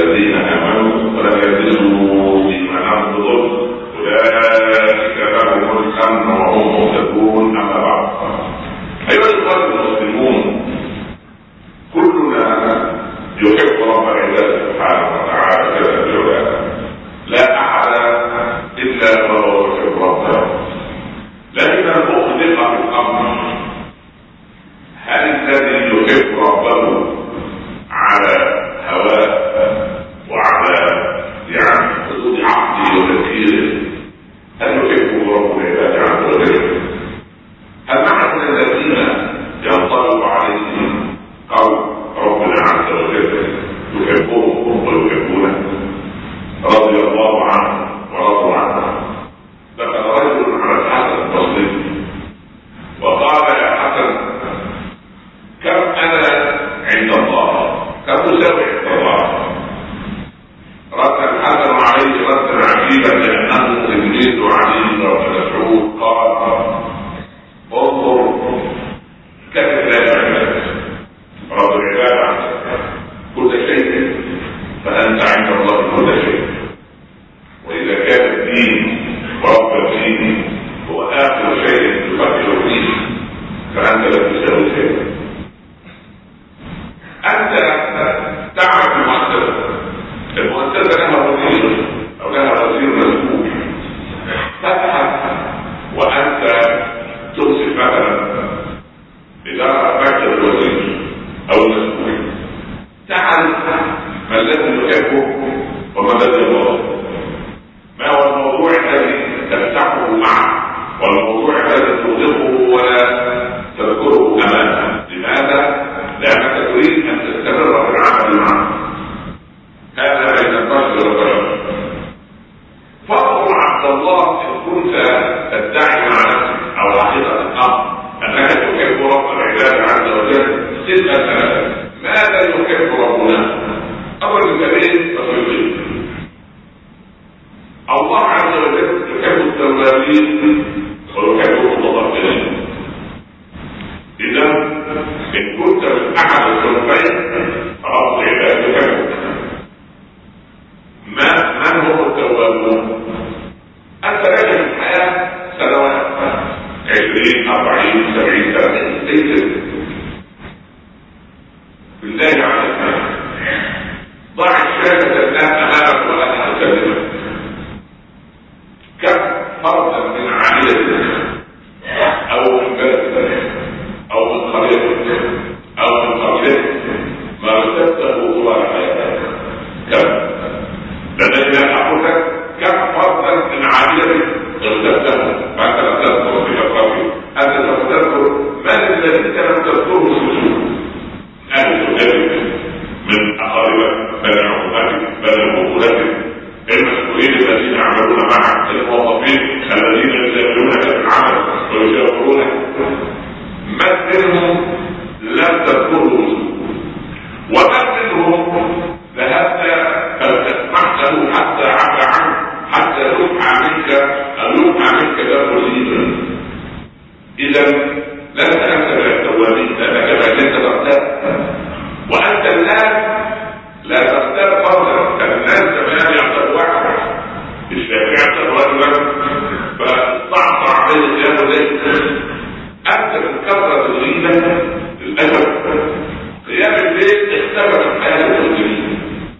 الذين امنوا ولم يلبسوا ايمانهم بظلم اولئك لهم الامن وهم مهتدون. اما بعد، ايها الاخوه المسلمون، كلنا يحب رب العزه سبحانه وتعالى جل جلاله، لا احد الا وهو يحب ربه. لكن المخلق في الامر، هل الذي يحب ربه على هواه وعلى حدود عقله وتفكيره، هل يحبه رب العباد عز وجل؟ هل نحن الذين ينطبق عليهم قول ربنا عز وجل يحبهم ويحبونه؟ رضي الله عنه ورضوا عنه. دخل رجل على الحسن البصري وقال: يا حسن، كم انا عند الله؟ كم تساوي عند الله؟ رد الحسن عليه ردا عجيبا لانه تلميذ علي بن مسعود. قال: انظر كيف لا يعلم رب العباد كل شيء، فانت عند الله كل شيء. واذا كان الدين ورب الدين هو اخر شيء تفكر فيه، فانت لا تساوي شيء. انت تعرف المؤسسه لها مدير او لها وزير مسؤول، تبحث وانت تمسك مثلا اداره مكتب الوزير او المسؤول، تعرف ما الذي يحبه وما الذي يضره، ما هو الموضوع الذي تفتحه معه والموضوع الذي تغلقه ولا تذكره امامه. لماذا؟ لانك تريد ان تستمر في العمل معه. هذا بين الرجل والرجل. فاطلب عبد الله ان كنت تدعي مع نفسك او حقيقه الامر انك تحب رب العباد عز وجل، تسال ماذا يحب ربنا؟ اول الكريم تصوير الله عز وجل يحب التوابين ويحب المتطهرين. اذا ان كنت من احد الصنفين فرب العباد يحبك. من هم التوابون؟ انت لك في الحياه سنوات 20 40 70 سنه، ليس بالله عليك ضع الشاشه الان امامك ولا تحتملها. كم فردا من عائلتك او من بلدك او من قريتك او من قبيلتك ما رتبته طوال حياتك؟ كم؟ لدينا اقول لك كم فردا من عائلتك رتبته فانت لم تذكر في القبيل، انت لم تذكر من الذي لم تذكره السجود، اهل زوجتك من اقاربك بل عقوبتك بل بطولتك، المسؤولين الذين يعملون معك، الموظفين الذين يساعدونك في العمل ويشاورونك، من منهم لم تذكره ومن منهم ذهبت فاستسمحت له حتى عفى عنه حتى يمحى منك ذنب الإيمان. اذا لن تنسى التوابين لانك ما زلت تغتاب، وانت الان لا تغتاب فردا. الناس زمان يعتبر واحد، الشافعي يعتبر رجلا فاستعصى عليه قيام الليل. انت من كثره الغيبه للاسف قيام الليل اختبر حياه المسلمين،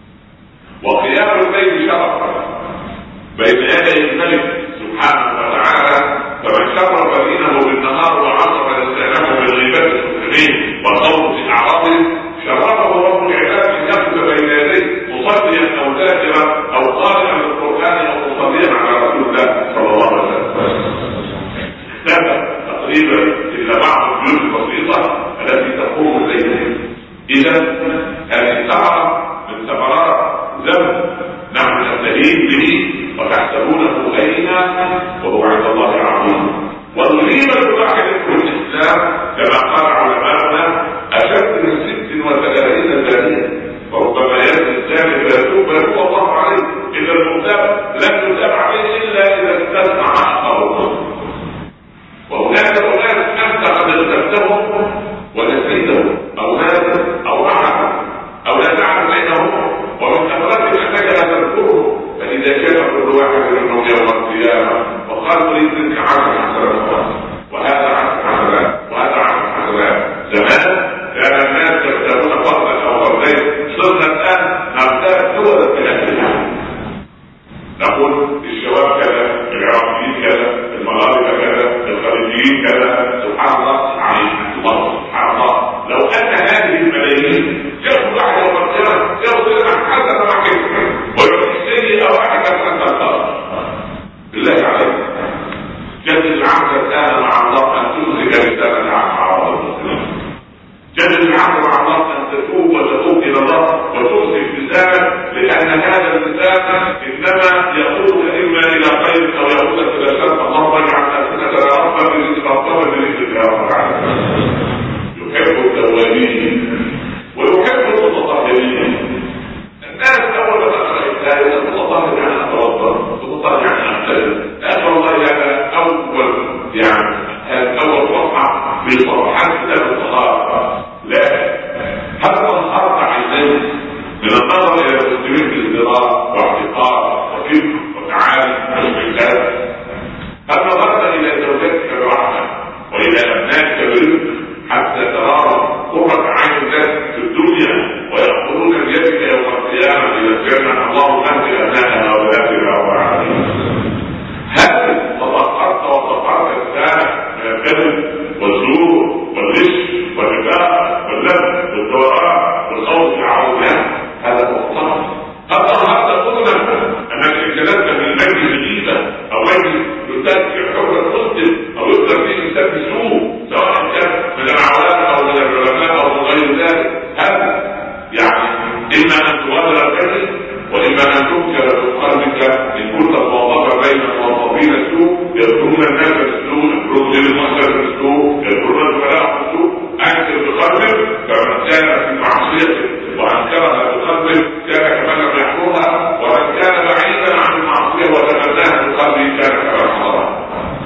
وقيام الليل شرف بين يدي الملك سبحانه وتعالى. فمن شرف دينه بالنهار وعصم لسانه بالغيبه المسلمين والقول في اعراضهم، شرفه رب العباد بنفسه بين يديه مصليا او ذاكرا او قارئا للقران او مصليا على رسول الله صلى الله عليه وسلم. اختفى تقريبا الا بعض الجيوش البسيطه التي تقوم الليل. اذا هذه ثمره من ثمرات ذنب نحن نستهين به وتحسبونه هينا وهو عند الله عظيم. والغيبه تدخل الاسلام كما قال علماؤنا اشد من 36 ثانيه، وربما يزن الثاني فيتوب ويتوب الله عليه. اذا المغتاب لن يتاب عليه الا اذا استسمع حقه. وهناك اناس انت قد اغتبتهم ونسيتهم او ماتوا او رحموا او لا تعلم بينهم، ومن ثمرات يرسل لسانك، لان هذا اللسان انما يقودك اما الى خير او يقودك الى شر. اللهم اجعل السنتنا ربا برزق ربنا برزقك يا رب العالمين. يحب التوابين ويحب المتطهرين. الناس اول ما تقرا الايه تتطهر يعني اتوضا، تتطهر يعني اغتسل. اسال الله يعني اول صفحه في صفحات كتاب الطهاره. لا، هل طهرت عينيك من النظر الى المسلمين بازدراء واعتقاد وكبر وتعالي واستنكار؟ هل نظرت الى زوجتك برحمه والى ابنائك برزق حتى تراهم قرة عين الناس في الدنيا ويأخذون بيدك يوم القيامة إلى الجنة؟ اللهم اهد أبنائنا وبناتنا يا رب العالمين. هل تطهرت وطهرت لسانك من الكذب والزور والغش والنفاق واللبس والدوراء والخوف العوضات؟ هذا هو الطهر. هل طهرت اذنك انك ان جلست في المجلس جديده او مجلس يزداد فيه حكم المسلم او يذكر فيه انسان بسوء سواء كان من العوام او من العلماء او من غير ذلك؟ هل اما ان تغادر الكذب واما ان تنكر في قلبك ان كنت موظفا بين الموظفين السوء يذكرون الناس بالسوء، يذكرون غير المصدر بالسوء، يذكرون الفلاح بالسوء. انكر بقلبك فمن كان في معصيته وانكرها بقلبه كان كمن لم يحضرها، ومن كان بعيدا عن المعصيه وتمناها بقلبه كان كمن حضرها.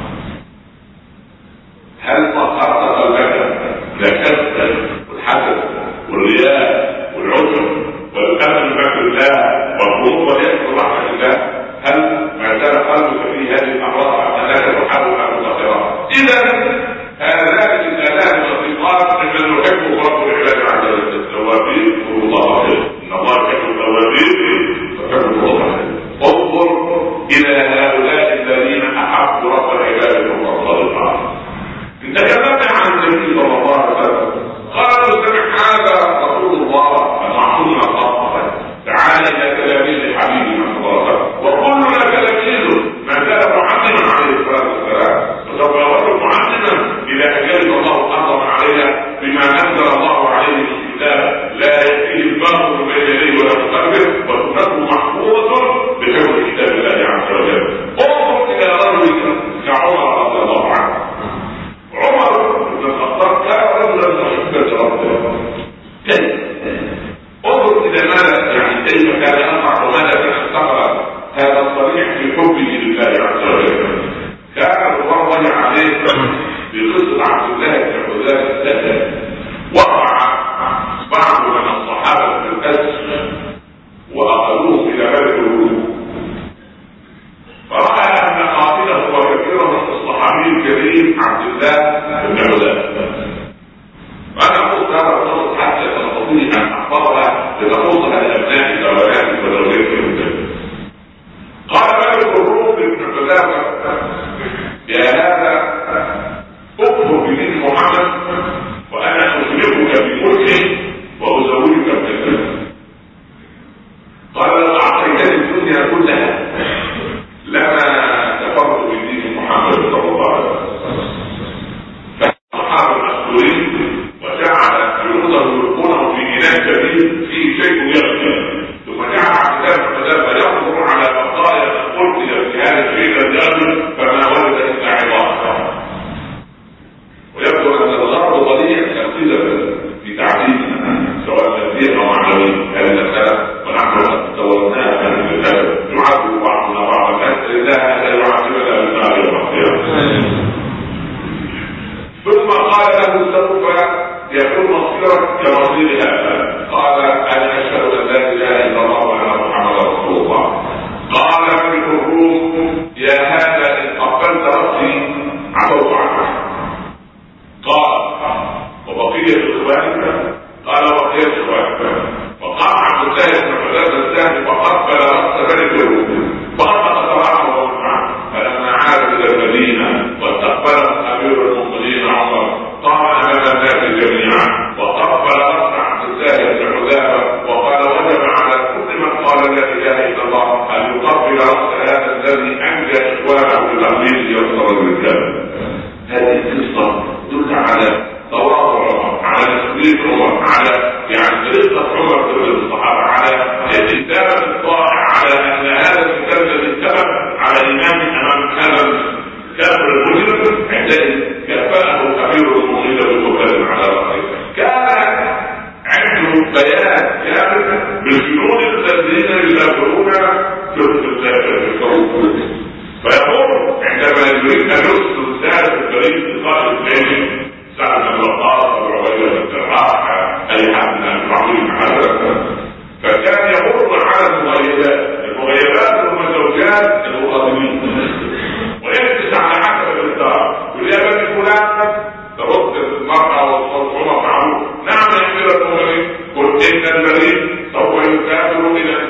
هل طهرت قلبك من الكذب والحسد والرياء والعجب والامن بمكر الله والخوف واليأس من رحمه الله؟ هل ما زال قلبك في هذه الاعراض انك تحاول ان تطهرها؟ اذا هذان الالام والصفات ممن يحبه رب العباد عز وجل. التوابين الله خير، ان الله يحب التوابين ويحب المتطهرين. انظر الى هؤلاء الذين احبوا رب العباد والصالحات. انت تكلمت عن النبي صلى الله عليه وسلم، قالوا سمع هذا رسول الله المعصوم الصادق تعالى الى تلاميذ حبيبنا صلى الله عليه وسلم، وكلنا تلاميذه ما زال معلما عليه الصلاه والسلام، وسوف يظل معلما الى ان يجد الله حظا علينا بما انزل الله عليه من الكتاب لا ياتيه الباطل من بين يديه ولا من خلفه وسنته محفوظه بحفظ كتاب الله عز وجل. انظر الى رجل كعمر رضي الله عنه. عمر بن الخطاب كان رجلا محبا لربه. انظر الى ماذا كيف كان ينفع وماذا كان استقر هذا الصريح في حبه لله عز وجل. كان الله عليه في قصه عبد الله بن حذافه السهل، وقع بعض من الصحابه في الاسر واخذوه الى بلد الروم، فراى ان قاتله وكثيرا من الصحابي الكريم عبد الله بن حذافه. وانا قلت هذا القصص حتى تستطيع ان احفظها لتقصها لابنائك وبناتك وزوجتك. قال ملك الروم بن حذافه يا هذا اكفر بدين محمد وانا اسلمك بملكي وازوجك بجنتي. قال لو اعطيتني الدنيا كلها لما كفرت بدين محمد صلى الله عليه وسلم. فالصحابه المسؤولين وجعل جنوده يلقونه في اناء كبير فيه شيء يغلي، ثم جعل عبد الله بن حذافه ينظر على بقايا القرى في هذا الشيء الذي فما وجد الا عظامه. ويبدو ان الغرب ضليع تنفيذا في تعليمنا سواء ماديا او معنويا هذه المساله، ونحن تولناها من الكتاب يعذب بعضنا بعضا لله لا يعذبنا بالنار يوم القيامه. ثم قال له سوف يكون مصيرك كمصير هذا. قال انا اشهد ان لا اله الا الله وان محمدا رسول الله. قال ملك الروم يا هذا ان قبلت راسي عفوت عنك. قال وبقيه اخوانك؟ قال وبقيه اخوانك. وقام عبد الله بن حذافه السهل فقبل راس ملك الروم فاطلق سراحه ومعه. فلما عاد الى المدينه واستقبله امير المؤمنين عمر قام امام الناس جميعا وقبل راس عبد الله بن حذافه وقال وجب على كل من قال لا اله الا الله ان يقبل راس هذا الذي انجى اخوانه بتقليد يوصل الرجال. هذه القصه تدل على تواضع عمر، على مسؤوليه عمر، على رقه عمر بن الصحابه، على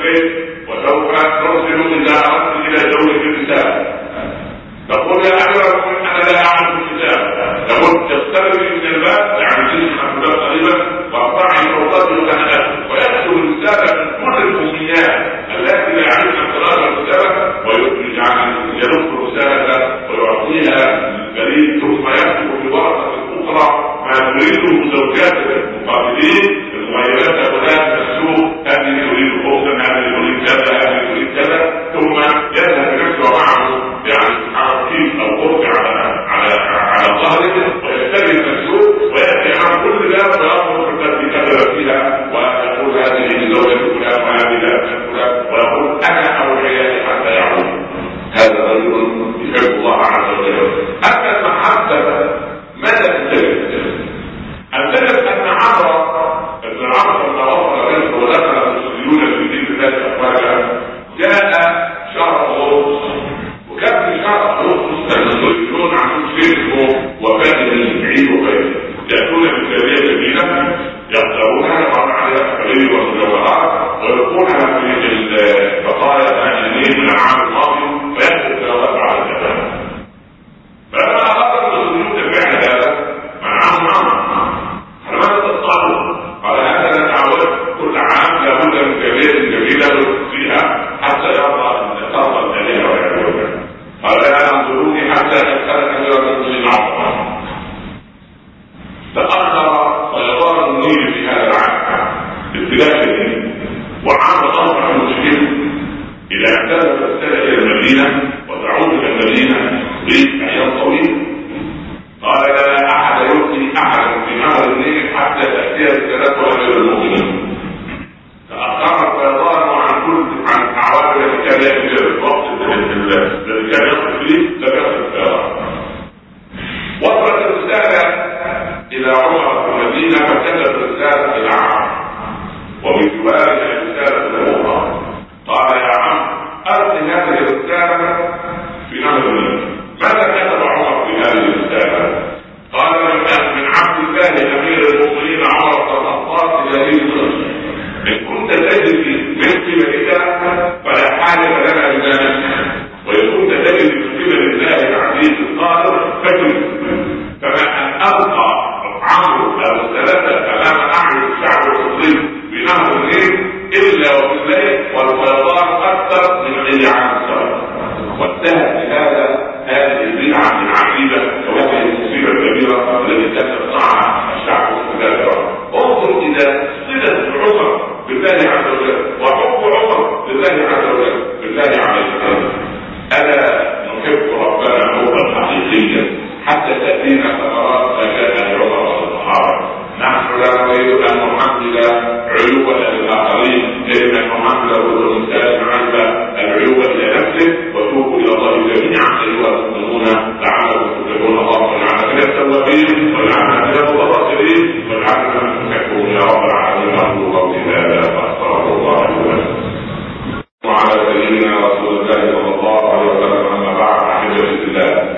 البيت وسوف نرسل اذا اردت الى دولة الرسالة. تقول يا امير المؤمنين انا لا اعلم الكتاب. تقول تستغرب من الباب يعني تسمع الباب قريبا واقطعي صوتاتي وكلماته ويكتب الرسالة من كل الامنيات التي لا يعرفها قراءة الرسالة ويخرج عن يلف الرسالة ويعطيها البريد ثم يكتب في ورقة اخرى ما تريده زوجاته المقابلين المغيرات فلان السوق هذه تريد خبزا هذه تريد كذا هذه تريد كذا ثم يذهب نفسه معه يعني حركيب او قرب على ظهره ويستلم السوق وياتي عن كل ذلك ويأمر التي كذب فيها ويقول هذه لزوجة فلان وهذه لأبناء فلان ويقول انا او عيالي حتى يعود. هذا رجل يحب الله عز وجل. اما المحبة ماذا تجد؟ أنتجد أن عمرو بن العاص لما وصل منه ودخل المسلمون في دين الله أفواجا جاء شهر أغسطس وكان في شهر أغسطس المسلمون عندهم شيء اسمه وفاة عيد وفاة يأتون بالجارية الجميلة يختارونها يقعون عليها الحليب والمجوهرات ويلقونها في البقايا الآنيين من العام الماضي فيأتي الجواب على الجبال. فلما أراد المسلمون تفعل هذا منعهم عمرو فلماذا تصطادوا؟ قال هذا تعودت كل عام لابد من جبيل جميلة فيها حتى يرضى ان ترضى الآلهة ويعبدونها. قال لا انظروني حتى يدخل كثيرا من العصر. تأخر فيضان النيل في هذا العام ابتلاء شديد وعمرو أصبح المشكلة إذا اعتذر الرسالة إلى المدينة وتعود إلى المدينة يريد أيام طويلة. قال لا احد يؤتي احد في نهر النيل حتى تاتيه الثلاث وامير المؤمنين. تاخر الفيضان عن اعوام التي كان ياتي الوقت الذي كان يصل فيه لم يصل الفيضان. وصلت الرساله الى عمر في المدينه فكتب رساله الى عمرو ومن جوارها رساله اخرى. قال يا عم ارسل هذه الرساله في نهر النيل. ماذا كتب عمر في هذه الرسالة؟ قال من عبد الله امير المؤمنين عمر بن الخطاب الى مصر ان كنت تجد من قبلك فلا حاجة لنا لذلك وان كنت تجد من قبل الله العزيز القادر فكن. فما ان القى عمرو او الثلاثة امام اعين الشعب المصري بنهر النيل الا وفي الليل والفيضان اكثر من اي عام سابق. وانتهت بهذا هذه البدعة العجيبة وهذه المصيبة الكبيرة التي تقطعها الشعب المسلم. انظر إلى صلة عمر بالله عز وجل وحب عمر بالله عز وجل بالله عليه السلام. ألا نحب ربنا حبا حقيقيا حتى تأتينا ثمرات ما كان لعمر والصحابة. نحن لا نريد أن نحمل عيوبنا للآخرين لأن أن نحمل الإنسان عند العيوب إلى نفسه. وتوبوا إلى الله جميعا أيها المؤمنون لعلكم تفلحون. اللهم اجعلنا من التوابين واجعلنا من الراشدين واجعلنا من المحبوبين يا رب العالمين. أقول قولي هذا وأستغفر الله لي ولكم. وعلى سيدنا رسول الله صلى الله عليه وسلم. أما بعد أحبتي الله،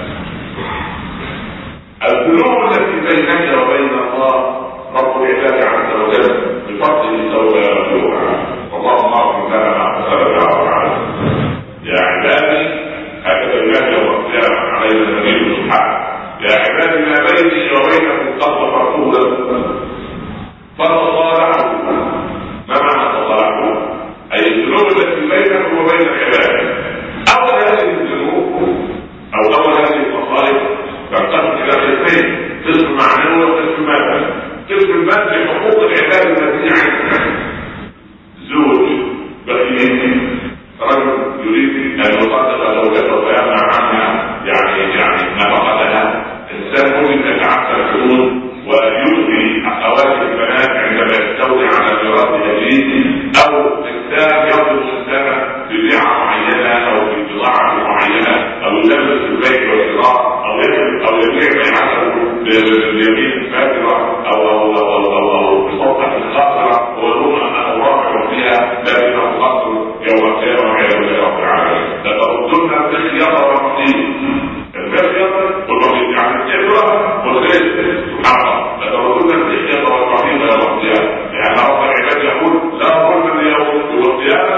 الذنوب التي بينك وبين الله رب العباد عز وجل بفضله سوف يغفرها. اللهم اغفر لنا ما قصرنا يا رب العالمين. يا عبادي هكذا الله يوم القيامة علينا النبي سبحانه يا عبادي ما بيني وبينكم قد غفرته فتصالحوا. ما معنى تصالحوا؟ أي الذنوب التي بينكم وبين عبادي. أول هذه الذنوب أو أول هذه المصائب تنقسم إلى قسمين: قسم معنوي وقسم مادي. قسم المادي حقوق العباد التي عندنا. زوج بخيل رجل يريد ان يصدق زوجته ويمنع عنها يعني نفقتها. انسان ممكن يتعدى الحدود ويؤذي اخوات البنات عندما يستولي على ميراث ابيه، او انسان يظلم انسانا ببيعه معينه او ببضاعه معينه او يلبس البيع والشراء او يبيع بيعته باليمين الفاتره او بصفقه خاسره ويظن انه رابح فيها لكنه خاسر يوم القيامه والعياذ بالله رب العالمين. لتردن الخيار والمصير. الخيار والمصير يعني الكبره والخير سبحان الله. لتردن الخيار والمصير يوم القيامه. يعني رب العباد يقول لا ظلم اليوم والقيامه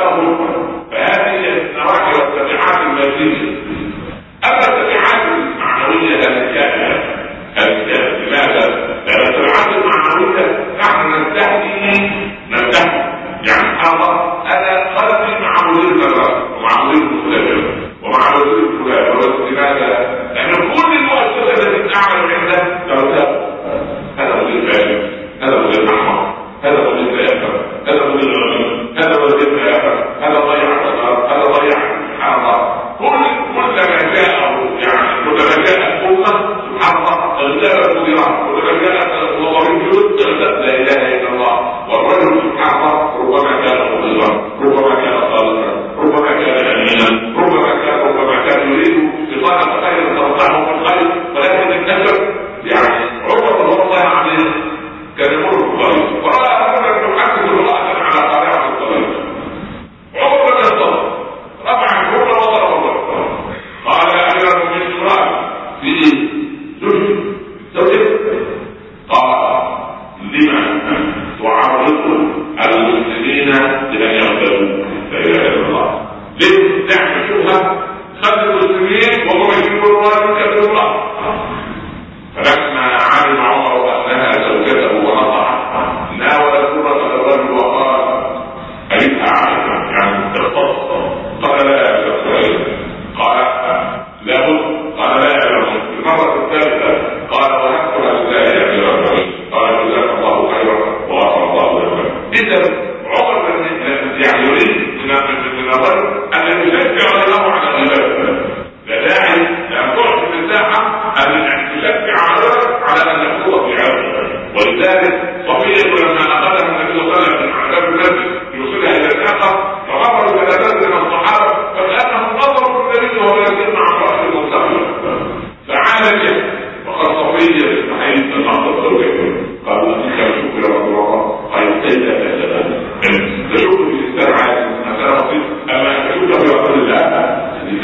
انا قلبي مع مدير المدرسه ومع مدير المستشفى ومع وزير الفلان ووزير لماذا؟ لان كل المؤسسه التي تعمل عندها ترتاح. هذا مدير فاشل، هذا مدير احمر، هذا مدير كافر، هذا مدير غني، هذا مدير كافر، هذا ضيع القطار، هذا ضيع سبحان الله. كلما جاءه يعني كلما جاءت امه سبحان الله اغتالت مديرها، كلما جاءت وظيفه جود لا اله الا الله. والرجل سبحان الله ربما كان مضيرا، ربما كان صادقا، ربما كان امينا، ربما كان يريد بطانه خير ترضعه بالخير، ولكن النفس يعني عمر رضي الله عنه كان يمر بالطريق وراى رجلا يحدث امراه على قارعه الطريق. عمر لم يصطدم، رفع الكرة وضرب الرجل قال يا امير المؤمنين امراه في زوجك. قال لما تعرض المسلمين لان يغتالوك؟ لا اله الا الله. ليه تعمل شبهه؟ خد المسلمين وهم يجيبوا الراجل كبير الله. فلما علم عمر انها زوجته ونصحها ناول الكرة الرجل وقال أليها عالما يعني اختص. قال لا يا سيد. قال لا بد. قال لا يا رب. المرة الثالثة قال وهكذا لله يا امير المؤمنين. قال جزاك الله خيرا وغفر الله لك. اذا عمر يعني يريد من الرجل ان يشجع غيره على العباده. لا داعي لان تعطي المساحه ان تشجع غيرك على ان يخوض في عباده. ولذلك صفيه لما اخذها النبي صلى الله عليه وسلم من عذاب المسجد يوصلها الى الاخر فغفروا ثلاثه من الصحابه فكانهم نظروا النبي وهو يسير مع امراه المستقبل فعالج. وقد صفيه الحديث النهضه الزوجيه قالوا انت شكر رسول الله قال كيف تجد تشك في الاسلام عادي مثلا بسيط اما تشك في رسول الله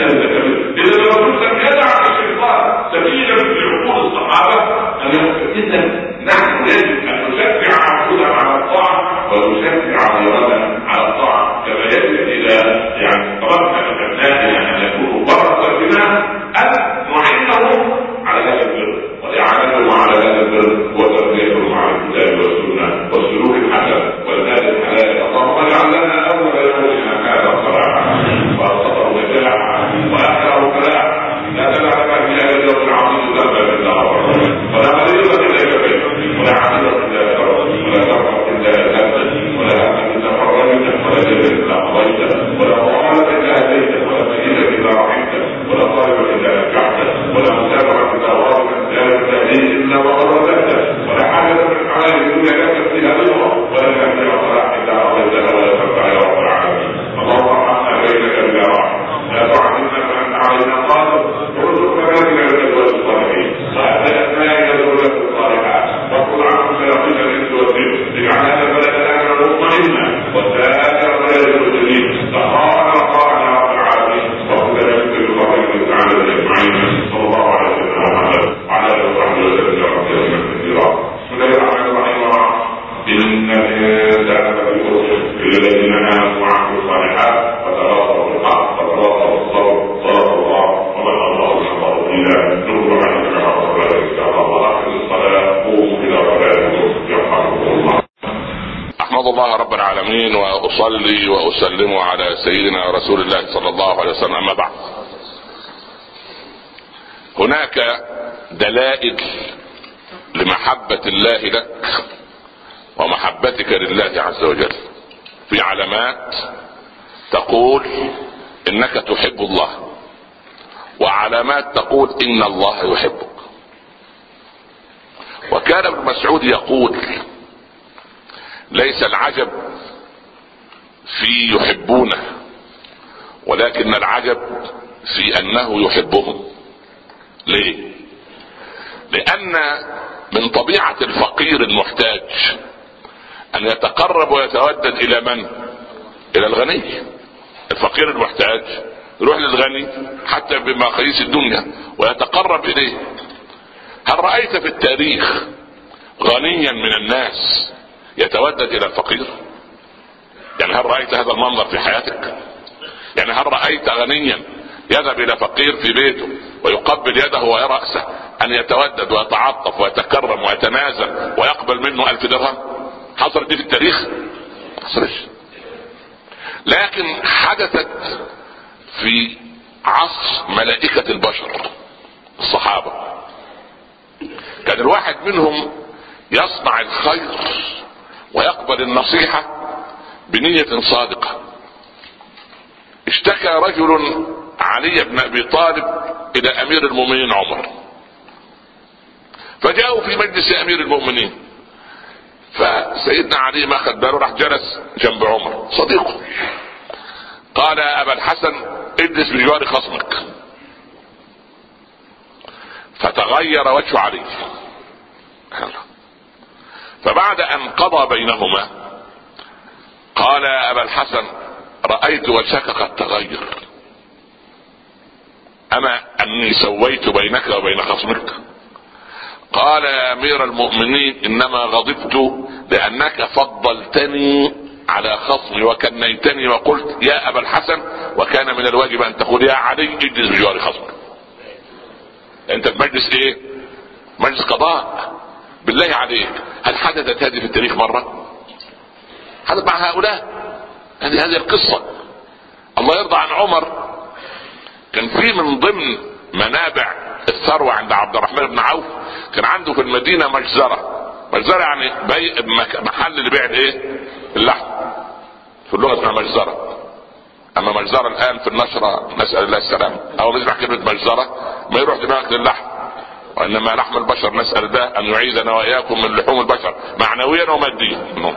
اذا الرسول لم يدع الشيطان سبيلا لعقول الصحابه اذا نحن يجب ان نشجع عقولنا على الطاعه ونشجع غيرنا على الطاعه كما يجب الى يعني طلبنا من ابنائنا ان يكونوا بركه بنا ان نعينهم على هذا البر واعانتهم على هذا البر وتربيتهم على الكتاب والسنه والسلوك الحسن والمال الحلال. اللهم اجعل لنا اول يومنا هذا صلاحا واصطفى نجاحا واخره فلاحا. لا تدع لنا في هذا اليوم العظيم ذنبا الا غفرته ولا مريضا الا كفيته ولا عسيرا الا كرمته ولا كرما الا هدته ولا هما الا فرجته ولا جبل الا قضيته ولا ضلالا الا هديته ولا ميتا الا رحمته ولا طالبا الا نجحته ولا مسافرا الا واضحا الا وغربته ولا حاجه من حوالي الدنيا لك فيها رضا ولا نهدي صلاح الا رضيتها ولا تنفع يا رب العالمين. اللهم ارحمنا بينك بلا رحمه لا تعلمنا فانت علينا قادر وارزقنا بيننا بالازواج الصالحين واهل اسمائنا ذريه الصالحات واقل عنهم شياطين الانس والجن اجعل هذا البلد امنا مطمئنا والسائر بلد المسلمين سخاء رخاء يا رب العالمين. واغفر لنا من كل خير وسعاده اجمعين. صلى الله على سيدنا محمد وعلى اله وصحبه وسلم يا رب كثيرا. بسم الله الرحمن الرحيم. ان الانسان لفي خسر الا الذين امنوا وعملوا الصالحات وتواصوا بالحق وتواصوا بالصبر. صدق الله ومن الله سبحانه وتعالى نور عليك كما صلى ان شاء الله واخر الصلاه قوموا الى صلاتكم يرحمكم الله. احمد الله رب العالمين واصلي واسلم على سيدنا رسول الله صلى الله عليه وسلم. اما بعد، هناك دلائل لمحبة الله لك ومحبتك لله عز وجل. في علامات تقول انك تحب الله وعلامات تقول ان الله يحبك. وكان ابن مسعود يقول ليس العجب في يحبونه ولكن العجب في انه يحبهم. ليه؟ لان من طبيعة الفقير المحتاج ان يتقرب ويتودد الى من؟ الى الغني. الفقير المحتاج يروح للغني حتى بمقاييس الدنيا ويتقرب اليه. هل رأيت في التاريخ غنيا من الناس يتودد الى الفقير؟ يعني هل رأيت هذا المنظر في حياتك؟ يعني هل رأيت غنيا يذهب الى فقير في بيته ويقبل يده ويرأسه ان يتودد ويتعاطف ويتكرم ويتنازل ويقبل منه 1000 درهم؟ حصلت دي في التاريخ؟ حصلش. لكن حدثت في عصر ملائكة البشر الصحابة. كان الواحد منهم يصنع الخير ويقبل النصيحة بنية صادقة. اشتكى رجل علي بن ابي طالب الى امير المؤمنين عمر، فجاءوا في مجلس امير المؤمنين، فسيدنا علي ما خد باله، راح جلس جنب عمر صديقه، قال يا ابا الحسن اجلس بجوار خصمك. فتغير وجه علي. فبعد ان قضى بينهما قال يا ابا الحسن رأيت وجهك قد تغير، اما اني سويت بينك وبين خصمك؟ قال يا امير المؤمنين انما غضبت لانك فضلتني على خصمي وكنيتني وقلت يا ابا الحسن، وكان من الواجب ان تقول يا علي اجلس بجوار خصمك. انت في مجلس ايه؟ مجلس قضاء. بالله عليك هل حدثت هذه في التاريخ مرة؟ حدث مع هؤلاء هذه القصة. الله يرضى عن عمر، كان في من ضمن منابع الثروة عند عبد الرحمن بن عوف، كان عنده في المدينة مجزرة. مجزرة يعني محل اللي بيع الايه؟ اللحم، في اللغة اسمها مجزرة. اما مجزرة الان في النشرة نسأل الله السلام، او نسمع كلمة مجزرة ما يروح دماغك للحم، وانما لحم البشر نسأل الله ان يعيذنا واياكم من لحوم البشر معنويا وماديا.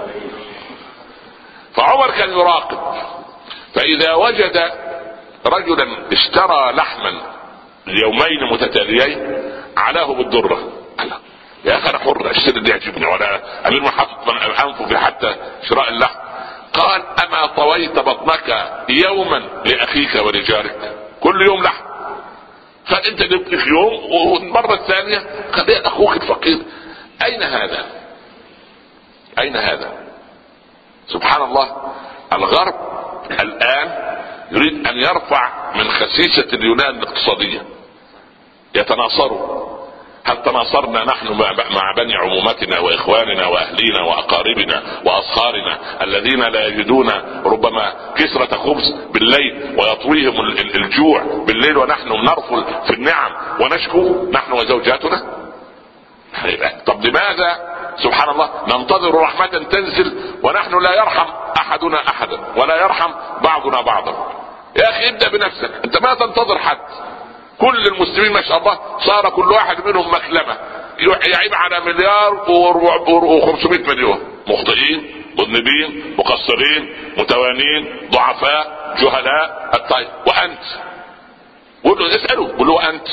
فعمر كان يراقب، فاذا وجد رجلا اشترى لحما يومين متتاليين علاه بالدرة، يا اخي انا حر اشتري اللي يعجبني ولا امير ما حاطط انفه في حتى شراء اللحم. قال اما طويت بطنك يوما لاخيك ولجارك؟ كل يوم لحم، فانت جبت في يوم والمرة الثانية خليها اخوك الفقير. اين هذا؟ اين هذا؟ سبحان الله. الغرب الان يريد ان يرفع من خسيسة اليونان الاقتصادية، يتناصروا. هل تناصرنا نحن مع بني عمومتنا واخواننا واهلينا واقاربنا واصهارنا الذين لا يجدون ربما كسرة خبز بالليل ويطويهم الجوع بالليل، ونحن نرفل في النعم ونشكو نحن وزوجاتنا؟ طب لماذا سبحان الله ننتظر رحمة تنزل ونحن لا يرحم احدنا احدا ولا يرحم بعضنا بعضا؟ يا اخي ابدأ بنفسك، انت ما تنتظر حد. كل المسلمين ما شاء الله صار كل واحد منهم مكلمة يعيب على مليار و500 مليون، مخطئين مذنبين مقصرين متوانين ضعفاء جهلاء. الطيب وانت؟ قول له اسأله، قول له انت؟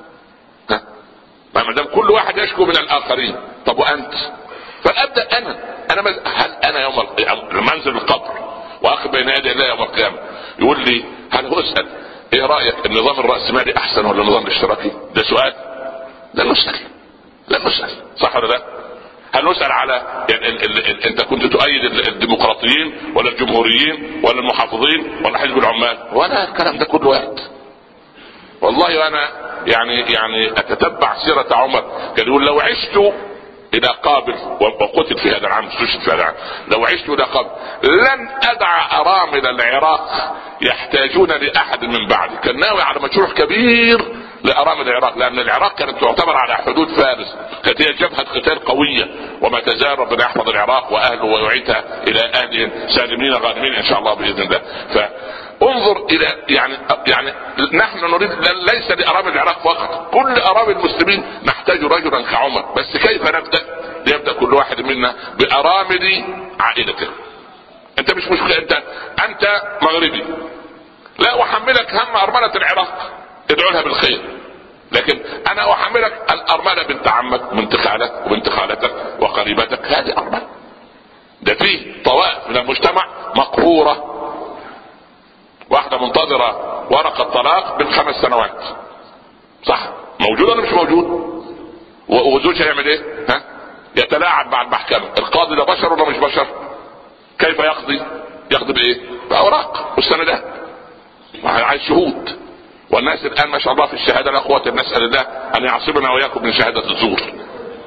ما دام كل واحد يشكو من الاخرين، طب وانت؟ فابدا انا هل انا يوم منزل القبر واخذ بين يدي الله يوم القيامه يقول لي هل هو اسال ايه رايك النظام الراسمالي احسن ولا النظام الاشتراكي؟ ده سؤال. لا نسال صح ولا لا؟ هل نسال على يعني انت كنت تؤيد الديمقراطيين ولا الجمهوريين ولا المحافظين ولا حزب العمال؟ ولا الكلام ده كله وقت. والله انا يعني اتتبع سيرة عمر، كان يقول لو عشت الى قابل وقتل في هذا العام استشهد في هذا العام، لو عشت الى قابل لن ادع ارامل العراق يحتاجون لاحد من بعدي. كان ناوي على مشروع كبير لارامل العراق، لان العراق كانت تعتبر على حدود فارس، كانت هي جبهة قتال قوية، وما تزال ربنا يحفظ العراق واهله ويعيدها الى اهلهم سالمين غانمين ان شاء الله باذن الله. فانظر الى يعني نحن نريد ليس لارامل العراق فقط، كل ارامل المسلمين نحتاج رجلا كعمر. بس كيف نبدا؟ يبدا كل واحد منا بارامل عائلته. انت مش مشكلة، انت مغربي، لا احملك هم ارملة العراق، ادعو لها بالخير، لكن انا احملك الارملة بنت عمك وبنت خالك وبنت خالتك وقريبتك. هذه ارملة. ده فيه طوائف من المجتمع مقهورة، واحدة منتظرة ورقة طلاق من 5 سنوات، صح؟ موجود ولا مش موجود؟ وزوجها يعمل ايه؟ يتلاعب مع المحكمة. القاضي ده بشر ولا مش بشر؟ كيف يقضي؟ يقضي بايه؟ باوراق مستندات، عايز شهود. والناس الان ما شاء الله في الشهادة الاخوات نسأل الله ان يعصمنا واياكم من شهادة الزور.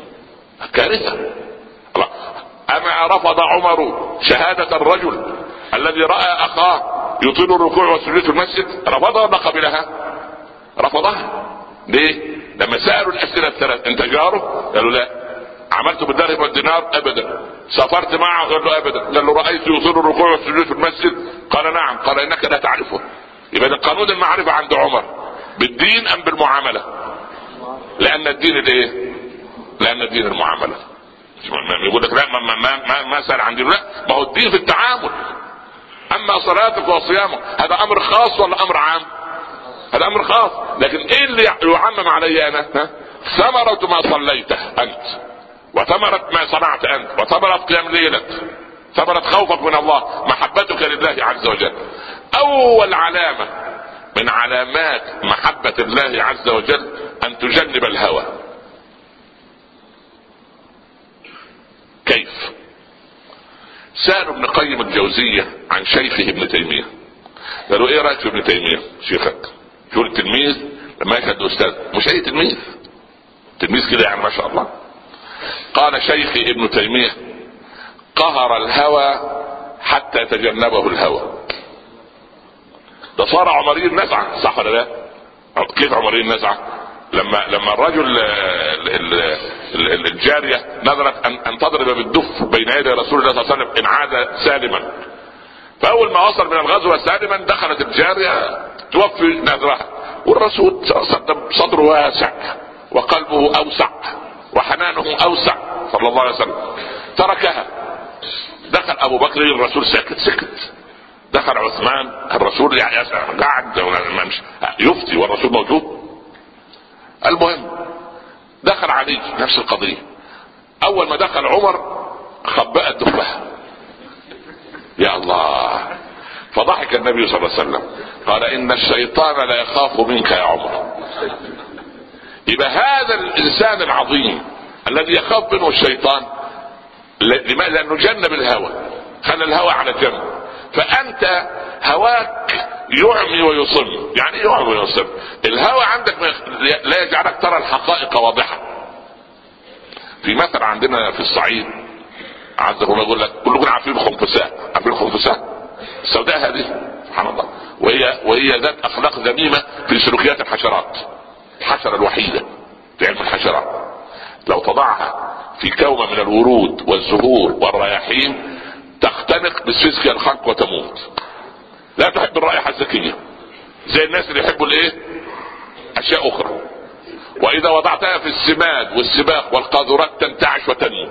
كارثة. اما رفض عمر شهادة الرجل الذي رأى اخاه يطيل الركوع والسجود في المسجد رفضها ولا قبلها؟ رفضها. ليه؟ لما سألوا الاسئلة الثلاث انت جاره؟ قالوا لا. عملت بالدرهم والدينار؟ ابدا. سافرت معه؟ قال له ابدا. قال له رأيت يطيل الركوع والسجود في المسجد؟ قال نعم. قال انك لا تعرفه. يبقى قانون المعرفة عند عمر بالدين ام بالمعاملة؟ لان الدين الايه؟ لان الدين المعاملة. يقول لك لا ما سأل عن دين. لا، ما هو الدين في التعامل. اما صلاتك وصيامك هذا امر خاص ولا امر عام؟ هذا امر خاص. لكن ايه اللي يعمم علي انا؟ ثمرة ما صليته انت، وثمرة ما صنعت انت، وثمرة قيام ليلك، ثمرة خوفك من الله، محبتك لله عز وجل. اول علامة من علامات محبة الله عز وجل ان تجنب الهوى. كيف؟ سألوا ابن قيم الجوزية عن شيخه ابن تيمية، قالوا ايه رأيك في ابن تيمية شيخك؟ شو التلميذ لما يشهد استاذ، مش اي تلميذ، تلميذ كده يعني ما شاء الله. قال شيخي ابن تيمية قهر الهوى حتى تجنبه الهوى. ده صار عمري النزعة، صح ولا لا؟ كيف عمري النزعة؟ لما الرجل الجارية نظرت ان تضرب بالدف بين يدي رسول الله صلى الله عليه وسلم ان عاد سالما، فاول ما وصل من الغزوة سالما دخلت الجارية توفي نذرها، والرسول صدره واسع وقلبه اوسع وحنانه اوسع صلى الله عليه وسلم، تركها. دخل ابو بكر الرسول سكت. دخل عثمان الرسول يعني قاعد يفتي والرسول موجود. المهم دخل علي نفس القضية. اول ما دخل عمر خبأت دفها. يا الله. فضحك النبي صلى الله عليه وسلم قال ان الشيطان لا يخاف منك يا عمر. يبقى هذا الانسان العظيم الذي يخاف منه الشيطان لماذا؟ لانه جنب الهوى، خلى الهوى على جنب. فانت هواك يعمي ويصم. يعني ايه يعمي ويصم؟ الهوى عندك لا يجعلك ترى الحقائق واضحة. في مثل عندنا في الصعيد عزكم يقول لك كلكم عارفين الخنفساء، عارفين الخنفساء السوداء هذه سبحان الله، وهي ذات اخلاق ذميمة في سلوكيات الحشرات. الحشرة الوحيدة في علم الحشرات لو تضعها في كومة من الورود والزهور والرياحين تختنق بسفسكيا الخنق وتموت. لا تحب الرائحة الزكية زي الناس اللي يحبوا الايه؟ اشياء اخرى. واذا وضعتها في السماد والسباق والقاذورات تنتعش وتنمو.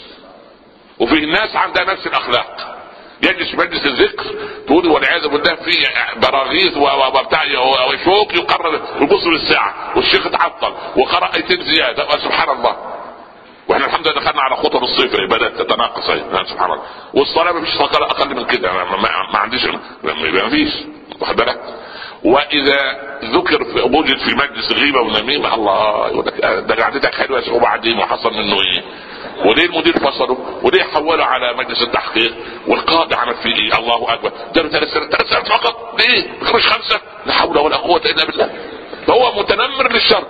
وفي الناس عندها نفس الاخلاق، يجلس مجلس الذكر تقول والعياذ بالله في براغيث وبتاع وشوك يقرر يبص للساعه والشيخ اتعطل وقرأ ايتين زياده سبحان الله. واحنا الحمد لله دخلنا على خطب الصيف بدات تتناقص سبحان الله. والصلاه مفيش صلاه اقل من كده، ما عنديش ما فيش واخد بالك. واذا ذكر وجد في مجلس غيبه ونميمه الله يقول لك ده قعدتك حلوه وبعدين وحصل منه ايه؟ وليه المدير فصله؟ وليه حوله على مجلس التحقيق؟ والقاضي عمل فيه ايه؟ الله اكبر. ده 3 سنوات فقط، ليه؟ مش 5؟ لا حول ولا قوه الا بالله. فهو متنمر للشر.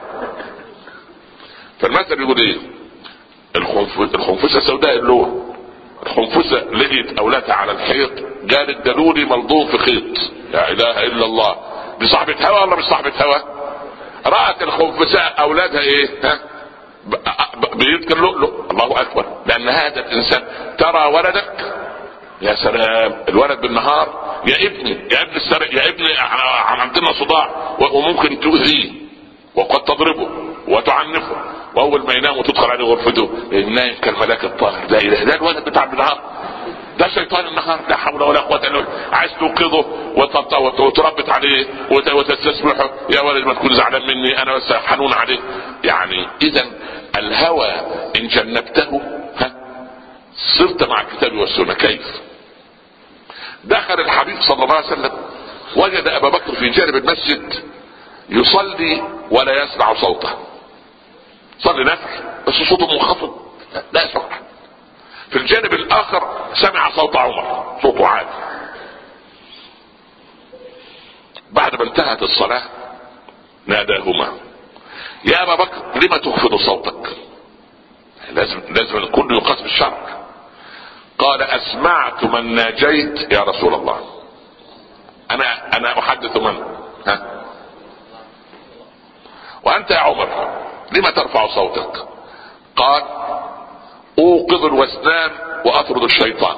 فالمثل يقول ايه؟ الخنفسه سوداء اللون. الخنفسه لقيت اولادها على الحيط قالت دلولي ملضوم في خيط. لا اله الا الله. دي صاحبة هوا ولا مش صاحبة هوا؟ رأت الخنفساء اولادها ايه؟ ها؟ بيذكر لؤلؤ. الله اكبر. لان هذا الانسان ترى ولدك يا سلام الولد بالنهار يا ابني يا ابن السرق يا ابني عندنا صداع وممكن تؤذيه وقد تضربه وتعنفه، واول ما ينام وتدخل عليه غرفته نايم كالملاك الطاهر. لا اله الا الولد بتاع بالنهار ده شيطان النهار. لا حول ولا قوه الا بالله. عايز توقظه وتربط عليه وتستسمحه يا ولد ما تكون زعلان مني انا بس حنون عليه. يعني اذا الهوى ان جنبته صرت مع الكتاب والسنه. كيف؟ دخل الحبيب صلى الله عليه وسلم وجد ابا بكر في جانب المسجد يصلي ولا يسمع صوته. صلي نفل بس صوته منخفض لا يسمع. في الجانب الاخر سمع صوت عمر صوته عالي. بعد ما انتهت الصلاة ناداهما يا ابا بكر لما تخفض صوتك؟ لازم الكل يقاس بالشرع. قال اسمعت من ناجيت يا رسول الله. انا احدث من وانت يا عمر لما ترفع صوتك؟ قال اوقظ الوسنان واطرد الشيطان.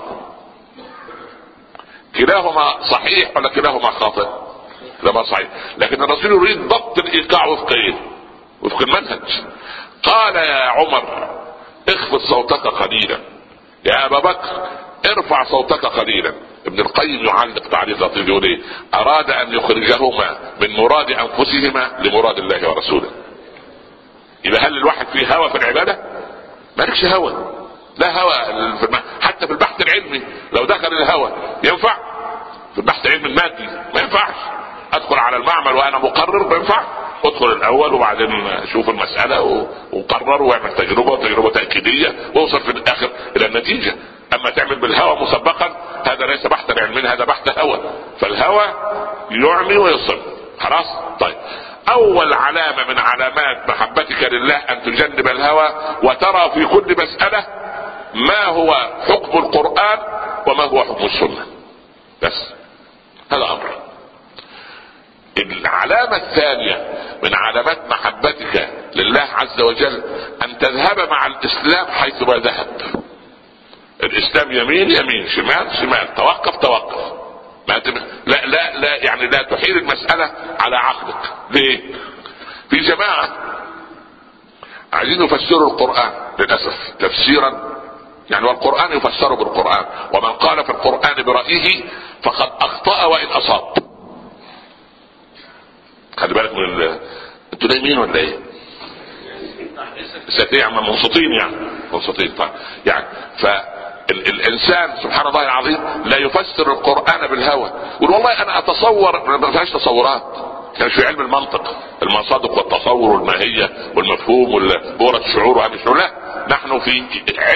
كلاهما صحيح ولا كلاهما خاطئ؟ كلاهما صحيح، لكن الرسول يريد ضبط الايقاع وفق المنهج. قال يا عمر اخفض صوتك قليلا، يا ابا بكر ارفع صوتك قليلا. ابن القيم يعلق تعليق لطيف يقول ايه؟ اراد ان يخرجهما من مراد انفسهما لمراد الله ورسوله. يبقى هل الواحد فيه هوى في العباده؟ مالكش هوى، لا هوى حتى في البحث العلمي. لو دخل الهوى ينفع في البحث العلمي المادي؟ ما ينفعش. ادخل على المعمل وانا مقرر، ما ينفع. ادخل الاول وبعدين اشوف المساله وقرر واعمل تجربه تاكيديه واوصل في الاخر الى النتيجه. اما تعمل بالهوى مسبقا هذا ليس بحثا علميا، هذا بحث هوى. فالهوى يعمي ويصل. خلاص. طيب اول علامه من علامات محبتك لله ان تجنب الهوى وترى في كل مساله ما هو حكم القرآن وما هو حكم السنة. بس هذا امر. العلامة الثانية من علامات محبتك لله عز وجل ان تذهب مع الاسلام حيث ما ذهب. الاسلام يمين يمين، شمال شمال، توقف. لا يعني لا تحيل المسألة على عقلك. ليه؟ في جماعة عايزين يفسروا القرآن للأسف تفسيرا يعني، والقرآن يفسر بالقرآن، ومن قال في القرآن برأيه فقد أخطأ وإن أصاب. خلي بالك من انتوا نايمين ولا ايه؟ يعني منصتين. طيب يعني فالإنسان سبحان الله العظيم لا يفسر القرآن بالهوى. يقول والله أنا أتصور، ما فيهاش تصورات. كان في علم المنطق المصادق والتصور والماهية والمفهوم وبورة الشعور وهذا الشعور. لا، نحن في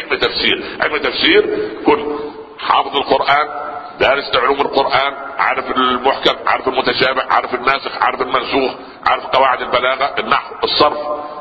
علم تفسير كن حافظ القرآن، دارس علوم القرآن، عارف المحكم، عارف المتشابه، عارف الناسخ، عارف المنسوخ، عارف قواعد البلاغة، النحو، الصرف،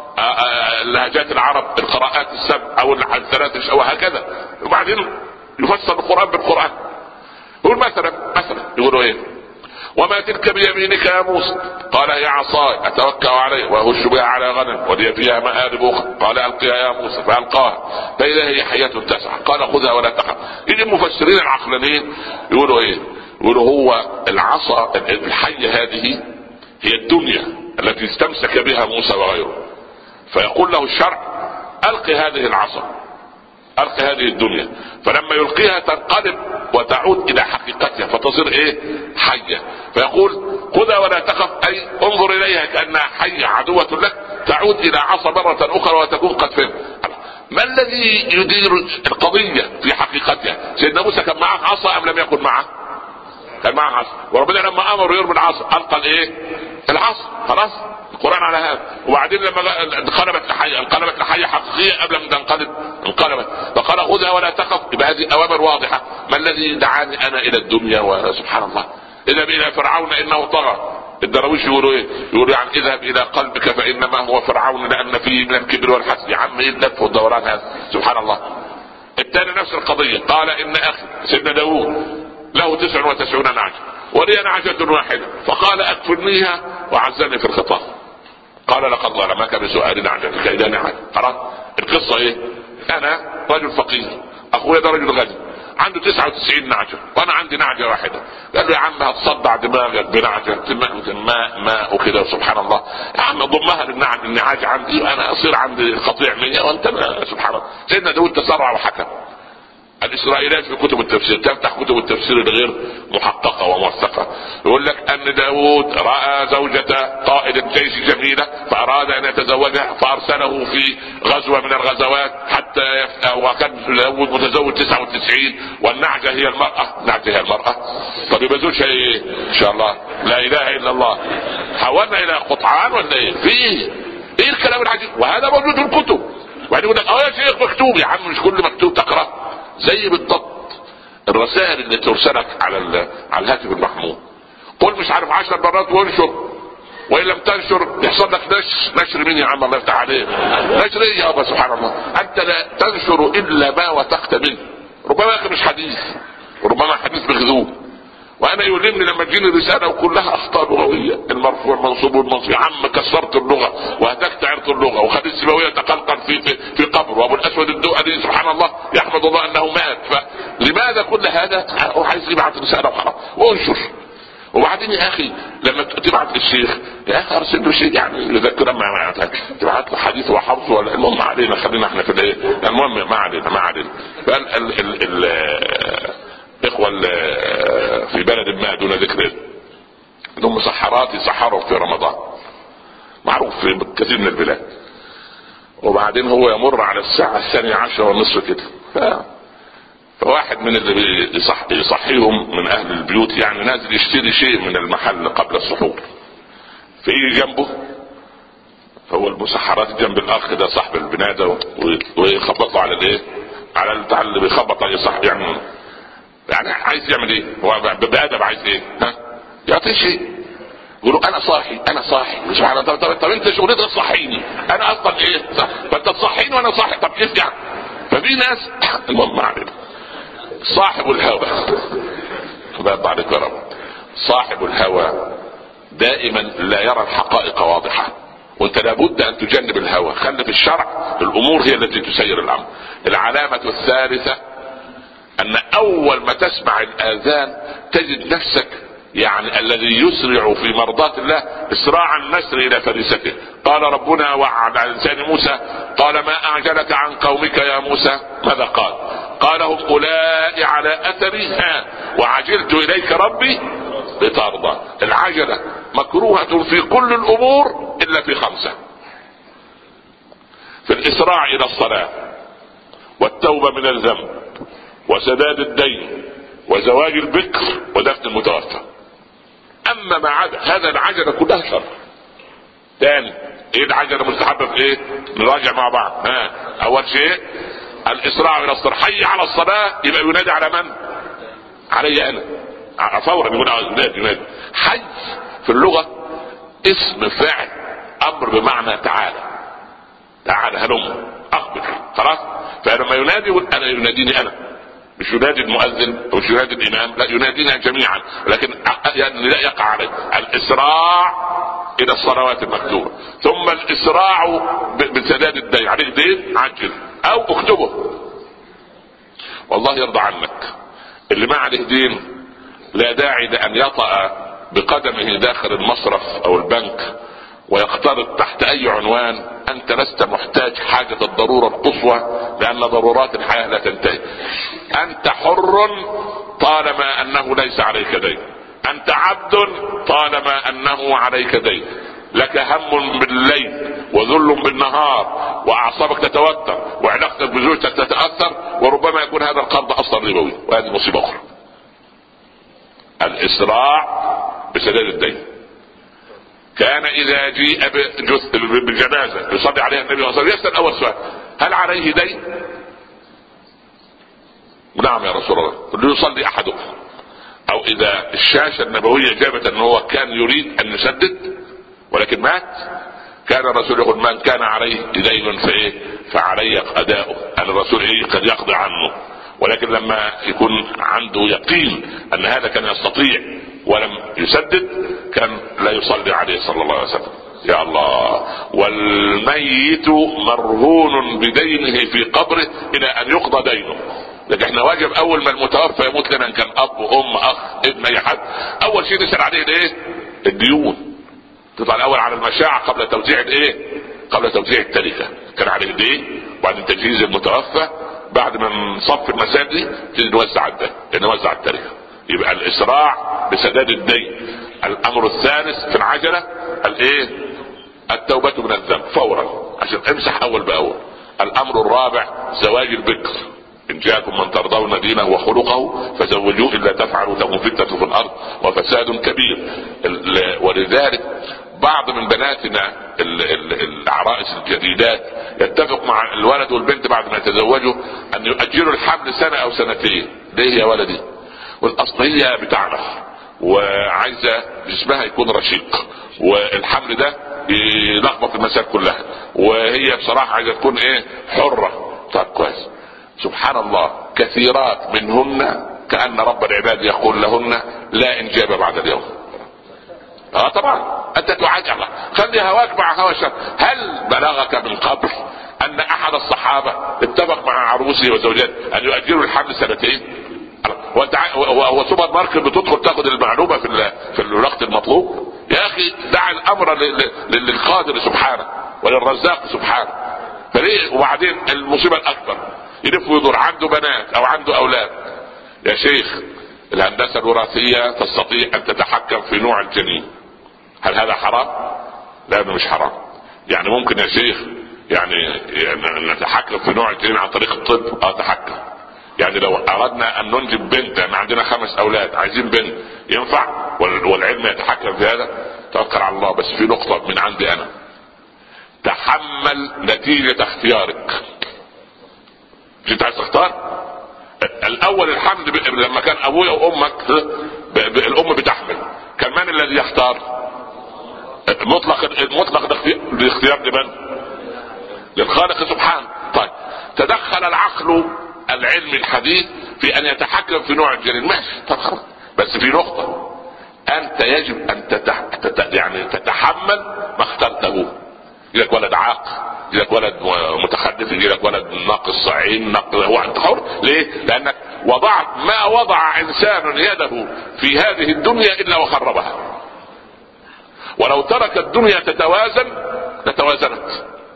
لهجات العرب، القراءات السبع او الثلاث وهكذا. وبعدين يفسر القرآن بالقرآن. يقول مثلا يقولوا ايه؟ وما تلك بيمينك يا موسى؟ قال هي عصاي اتوكا عليها واهش بها على غنم ولي فيها مآرب اخرى. قال القها يا موسى فالقاها فاذا هي حية تسعى. قال خذها ولا تخف. يجي المفسرين العقلانيين يقولوا ايه؟ يقولوا هو العصا الحية هذه هي الدنيا التي استمسك بها موسى وغيره، فيقول له الشرع القي هذه العصا، القي هذه الدنيا، فلما يلقيها تنقلب وتعود الى حقيقتها فتصير ايه؟ حية. فيقول خذها ولا تخف، اي انظر اليها كانها حية عدوة لك تعود الى عصا مرة اخرى وتكون قد فهم. ما الذي يدير القضية في حقيقتها؟ سيدنا موسى كان معه عصا ام لم يكن معه؟ كان معه عصا، وربنا لما امر يرمي العصا القى الايه؟ العصا. خلاص القرآن على هذا. وبعدين لما انقلبت لحية حقيقية قبل ان تنقلب انقلبت، فقال خذها ولا تخف. يبقى هذه اوامر واضحة. ما الذي دعاني انا الى الدنيا؟ وسبحان الله اذهب الى فرعون انه طغى. الدراويش يقولوا ايه؟ يقولوا يعني اذهب الى قلبك فانما هو فرعون لان فيه من الكبر والحسد. يا عم ايه اللف والدوران هذا؟ سبحان الله. الثاني نفس القضية، قال ان اخي سيدنا داوود له 99 نعجة ولي نعجة واحدة، فقال اكفرنيها وعزني في الخطاب. قال لقد ظلمك بسؤال نعجتك الى نعجة. خلاص القصة ايه؟ انا رجل فقير، اخويا ده رجل غني عنده 99 نعجة وانا عندي نعجة واحدة. قال له يا عم هتصدع دماغك بنعجة ماء وكده. سبحان الله يا عم ضمها للنعاج عندي وانا اصير عندي القطيع 100 وانت سبحان الله. سيدنا داود تسرع وحكم. الاسرائيليات في كتب التفسير تفتح كتب التفسير الغير محققة وموثقة يقول لك ان داود رأى زوجة قائد الجيش جميلة فاراد ان يتزوجها فارسله في غزوة من الغزوات حتى وكان داود متزوج 99 والنعجة هي المرأة. نعجة هي المرأة. طب يبقى زوجها ايه؟ ان شاء الله لا اله الا الله. حولنا الى قطعان ولا ايه؟ فيه ايه الكلام العجيب؟ وهذا موجود في الكتب. وبعدين يقول لك يا شيخ مكتوب. يا عم مش كل مكتوب تقرأ. زي بالضبط الرسائل اللي ترسلك على الهاتف المحمول. قل مش عارف 10 مرات وانشر، وان لم تنشر يحصل لك نشر مين يا عم؟ الله يفتح عليك. نشر ايه يا ابا؟ سبحان الله. انت لا تنشر الا ما وثقت منه ربما يا اخي مش حديث، وربما حديث بغذوه، وانا يؤلمني لما تجيني رساله وكلها اخطاء لغويه، المرفوع المنصوب والمنصوب، يا عم كسرت اللغه وهتكت عرض اللغه، وخليل السيبويه تقلقل في قبره، وابو الاسود الدؤلي سبحان الله يحمد الله انه مات. فلماذا كل هذا؟ عايز يبعث رساله وخلاص وانشر. وبعدين يا اخي لما تبعت للشيخ يا اخي ارسل له شيء يعني يذكر ما تبعت له حديث وحفظه ولا المهم علينا، خلينا احنا في الايه، المهم ما علينا. اخوة في بلد ما دون ذكر لهم مسحرات يسحروا في رمضان، معروف في كثير من البلاد. وبعدين هو يمر على الساعة 12:30 كده، فواحد من اللي يصحيهم من اهل البيوت يعني نازل يشتري شيء من المحل قبل السحور، فيجي جنبه، فهو المسحرات جنب الاخ ده صاحب البنادة ويخبطوا على الايه، على اللي بيخبط عليه صح يعني عايز يعمل ايه؟ هو بأدب عايز ايه؟ يعطيه شيء، يقولوا انا صاحي مش معنى طب انت شغلتك تصحيني، انا اصلا ايه؟ فانت تصحيني وانا صاحي، طب كيف يعني؟ ففي ناس المهم ما علينا. صاحب الهوى بعد كرم، صاحب الهوى دائما لا يرى الحقائق واضحة، وانت لابد ان تجنب الهوى. خلي في الشرع الامور هي التي تسير الامر. العلامة الثالثة ان اول ما تسمع الاذان تجد نفسك يعني الذي يسرع في مرضاة الله اسراع النسر الى فريسته. قال ربنا وعد على لسان موسى قال ما اعجلك عن قومك يا موسى؟ ماذا قال؟ قال هم اولئك على اثري وعجلت اليك ربي لترضى. العجلة مكروهة في كل الامور الا في 5: في الاسراع الى الصلاة، والتوبة من الذنب، وسداد الدين، وزواج البكر، ودفن المتوفى. اما ما عدا هذا العجلة كلها شر. ثاني ايه العجلة مستحبة في ايه؟ نراجع مع بعض. اول شيء الاسراع الى الصلاة، حي على الصلاة يبقى ينادي على من؟ علي انا فورا، يقول ينادي. حي في اللغة اسم فعل امر بمعنى تعالى هلم اقبل، خلاص. فلما ينادي يقول انا يناديني انا، مش ينادي المؤذن او ينادي الامام، لا ينادينا جميعا، لكن يعني لا يقع عليه الاسراع الى الصلوات المكتوبة. ثم الاسراع بسداد الدين، عليك دين عجل او اكتبه، والله يرضى عنك. اللي ما عليه دين لا داعي لان يطأ بقدمه داخل المصرف او البنك ويقترض تحت اي عنوان. انت لست محتاج حاجة الضرورة القصوى، لان ضرورات الحياة لا تنتهي. انت حر طالما انه ليس عليك دين، انت عبد طالما انه عليك دين. لك هم بالليل وذل بالنهار، واعصابك تتوتر، وعلاقتك بزوجتك تتأثر، وربما يكون هذا القرض اصلا ربوي، وهذه مصيبة اخرى. الاسراع بسداد الدين. كان اذا جيء بالجنازة يصلي عليها النبي صلى الله عليه وسلم يسأل اول سؤال: هل عليه دين؟ نعم يا رسول الله. يصلي احدكم. او اذا الشاشة النبوية جابت ان هو كان يريد ان يسدد ولكن مات، كان الرسول يقول: من كان عليه دين فايه فعلي اداؤه. ان الرسول قد يقضي عنه، ولكن لما يكون عنده يقين ان هذا كان يستطيع ولم يسدد كان لا يصلي عليه صلى الله عليه وسلم. يا الله. والميت مرهون بدينه في قبره الى ان يقضى دينه. لكن احنا واجب اول ما المتوفى يموت لنا، ان كان اب ام اخ ابن اي حد، اول شيء نسأل عليه الايه؟ الديون. تطلع الاول على المشاع قبل توزيع الايه؟ قبل توزيع التركه. كان عليه دين، وبعدين تجهيز المتوفى، بعد ما نصف المسائل دي تيجي نوزع التركه. يبقى الاسراع بسداد الدين. الامر الثالث في العجله الايه؟ التوبه من الذنب فورا، عشان امسح اول باول. الامر الرابع زواج البكر. ان جاءكم من ترضون دينه وخلقه فزوجوه، الا تفعلوا تكن فتنة في الارض وفساد كبير. ولذلك بعض من بناتنا العرائس الجديدات يتفق مع الولد والبنت بعد ما يتزوجوا ان يؤجلوا الحمل 1 أو 2 سنين. ليه يا ولدي؟ والاصل هي بتعرف وعايزة جسمها يكون رشيق، والحمل ده يلخبط المسائل كلها، وهي بصراحة عايزة تكون ايه؟ حرة. طيب كويس. سبحان الله، كثيرات منهن كأن رب العباد يقول لهن لا انجاب بعد اليوم. طبعا انت تعجل، خلي هواك مع هوا الشر. هل بلغك من قبل ان احد الصحابة اتفق مع عروسه وزوجاته ان يؤجروا الحمل 2 سنين؟ هو سوبر ماركت بتدخل تاخد المعلومة في الوقت المطلوب؟ يا اخي دع الامر للقادر سبحانه وللرزاق سبحانه. فليه؟ وبعدين المصيبة الاكبر يلف ويدور، عنده بنات او عنده اولاد. يا شيخ الهندسة الوراثية تستطيع ان تتحكم في نوع الجنين، هل هذا حرام؟ لا مش حرام. يعني ممكن يا شيخ يعني نتحكم في نوع الجنين عن طريق الطب؟ اتحكم. يعني لو اردنا ان ننجب بنت، يعني عندنا 5 اولاد عايزين بنت، ينفع؟ والعلم يتحكم في هذا؟ توكل على الله. بس في نقطة من عندي انا، تحمل نتيجة اختيارك. مش انت عايز تختار؟ الاول الحمد لما كان ابويا وامك الام بتحمل، كان من الذي يختار؟ مطلق الاختيار لمن؟ للخالق سبحانه. طيب تدخل العقل العلمي الحديث في ان يتحكم في نوع الجنين، ماشي، طب خلاص. بس في نقطة، انت يجب ان يعني تتحمل ما اخترته. يجيلك ولد عاق، يجيلك ولد متخلف، يجيلك ولد ناقص عين، هو انت حر. ليه؟ لانك وضعت ما وضع انسان يده في هذه الدنيا الا وخربها. ولو ترك الدنيا تتوازن لتوازنت.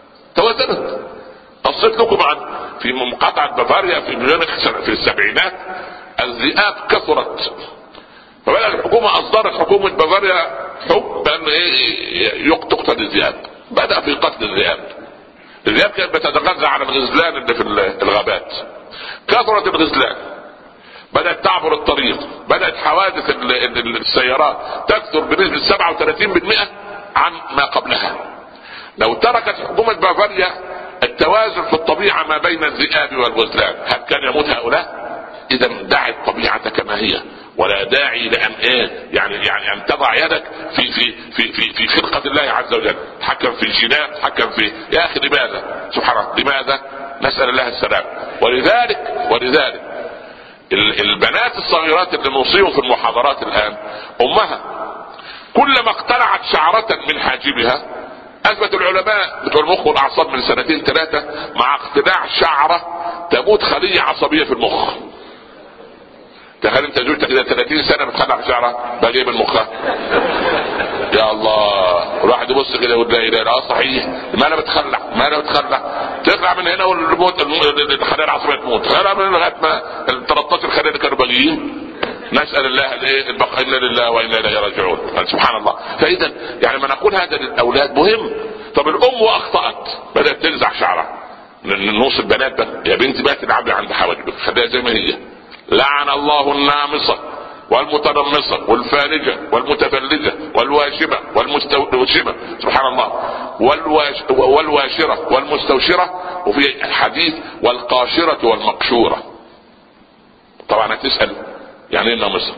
قصيت لكم عن في مقاطعة بافاريا في في السبعينات الذئاب كثرت، فبدأت الحكومة اصدرت حكومة بافاريا حكم بان تقتل الذئاب. بدأ في قتل الذئاب. الذئاب كانت بتتغذى على الغزلان اللي في الغابات، كثرت الغزلان، بدأت تعبر الطريق، بدأت حوادث السيارات تكثر بنسبة 37% عن ما قبلها. لو تركت حكومة بافاريا التوازن في الطبيعة ما بين الذئاب والغزلان، هل كان يموت هؤلاء؟ اذا دع الطبيعة كما هي، ولا داعي لان يعني ان تضع يدك في خلقة الله عز وجل، تحكم في الجينات، تحكم في، يا اخي لماذا؟ سبحان الله، لماذا؟ نسأل الله السلام. ولذلك البنات الصغيرات اللي نوصيهم في المحاضرات الان، امها كلما اقتلعت شعرة من حاجبها، اثبت العلماء بتوع المخ والاعصاب من 2 3 مع اقتلاع شعرة تموت خلية عصبية في المخ. تخيل انت زوجتك كده 30 سنة بتخلع شعرها باقي من مخها. يا الله، الواحد يبص كده يقول لا اله الا الله، صحيح. ما انا بتخلع تخلع من هنا والخلايا العصبية تموت، تخلع من هنا لغاية ما 13 خلية اللي كانوا باقيين. نسأل الله البقاء الا لله وانا اليه راجعون. سبحان الله. فاذا يعني ما نقول هذا للاولاد مهم. طب الام واخطأت، بدأت تنزع شعرها، نص البنات بقى يا بنتي بقى تلعبي عند حواجبك، خليها زي ما هي. لعن الله النامصة والمتنمصة والفارجة والمتفلجة والواشمة والمستوشمة، سبحان الله، والواشرة والمستوشرة، وفي الحديث والقاشرة والمقشورة. طبعا هتسأل يعني ايه النامصة؟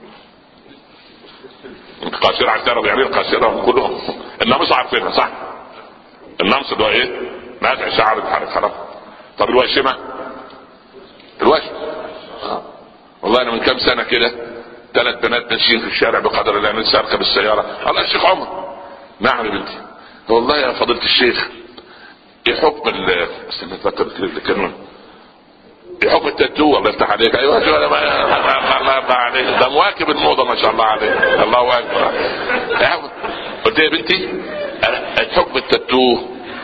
القاشرة عارفينها، يعني القاشرة كلهم. النامصة عارفينها صح؟ النامصة ده ايه؟ نازع شعر الحرف حرام. طب الواشمة؟ والله انا من كام سنة كده 3 بنات ماشيين في الشارع بقدر الله، نفسي اركب السيارة. الله الشيخ عمر. نعم يا بنتي. والله يا فضيلة الشيخ، ايه حكم استنى اتذكر الكلمة، ايه حكم التاتو؟ الله يفتح عليك. ايوه الله يفتح عليك، ده مواكب الموضة ما شاء الله عليك، الله اكبر. قلت يا بنتي حكم التاتو؟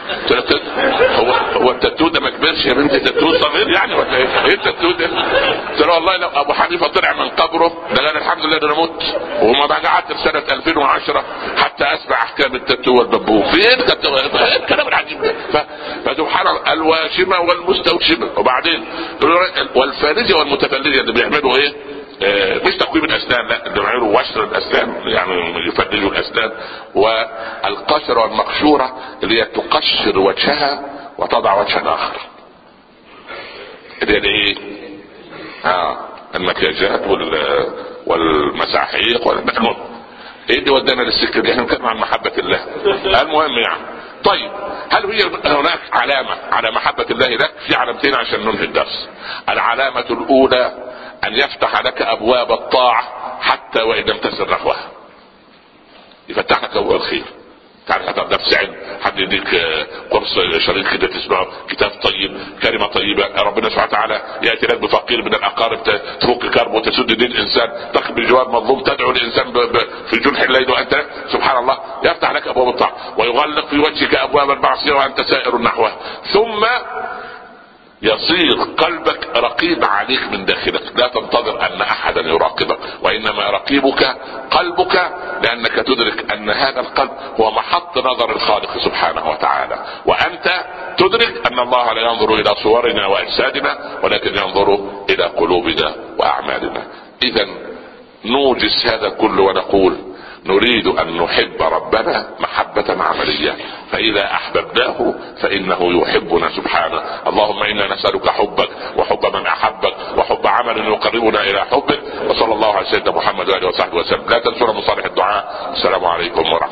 هو التاتو ده ما كبرش يا بنتي، التاتو صغير يعني ولا ايه التاتو ده؟ قلت له والله لو ابو حنيفه طلع من قبره ده قال الحمد لله ده انا مت، وما بقى قعدت في سنه 2010 حتى اسمع احكام التاتو والببوب. فين الكلام العجيب ده؟ فسبحان الله، الواشمه والمستوشمه، وبعدين والفارجه والمتفلجه اللي بيعملوا ايه؟ مش تقويم الاسنان، لا، اللي بيعملوا وشر الاسنان، يعني يفرجوا الاسنان. والقشره والمقشوره اللي هي تقشر وجهها وتضع وجها اخر، اللي هي ايه؟ المكياجات والمساحيق ايه اللي ودانا للسكه دي؟ احنا بنتكلم عن محبه الله. المهم يعني طيب هل هي هناك علامة على محبة الله لك؟ في علامتين عشان ننهي الدرس. العلامة الاولى ان يفتح لك ابواب الطاعة حتى وان لم تسر نحوها، يفتح لك ابواب الخير. تعرف حتى درس علم، حد يديك قرص شريط كده تسمعه، كتاب طيب، كلمة طيبة، ربنا سبحانه وتعالى يأتي لك بفقير من الأقارب تفك كرب وتسد دين الإنسان، تقف بجوار مظلوم، تدعو الإنسان في جنح الليل وأنت سبحان الله يفتح لك أبواب الطاعة، ويغلق في وجهك أبواب المعصية وأنت سائر نحوه، ثم يصير قلبك رقيب عليك من داخلك. لا تنتظر ان احدا يراقبك، وانما يراقبك قلبك، لانك تدرك ان هذا القلب هو محط نظر الخالق سبحانه وتعالى، وانت تدرك ان الله لا ينظر الى صورنا واجسادنا ولكن ينظر الى قلوبنا واعمالنا. اذا نوجس هذا كله ونقول نريد ان نحب ربنا محبة عملية، فاذا احببناه فانه يحبنا سبحانه. اللهم انا نسألك حبك وحب من احبك وحب عمل يقربنا الى حبك، وصلى الله على سيدنا محمد وآله وصحبه وسلم. لا تنسونا من صالح الدعاء. السلام عليكم ورحمة الله.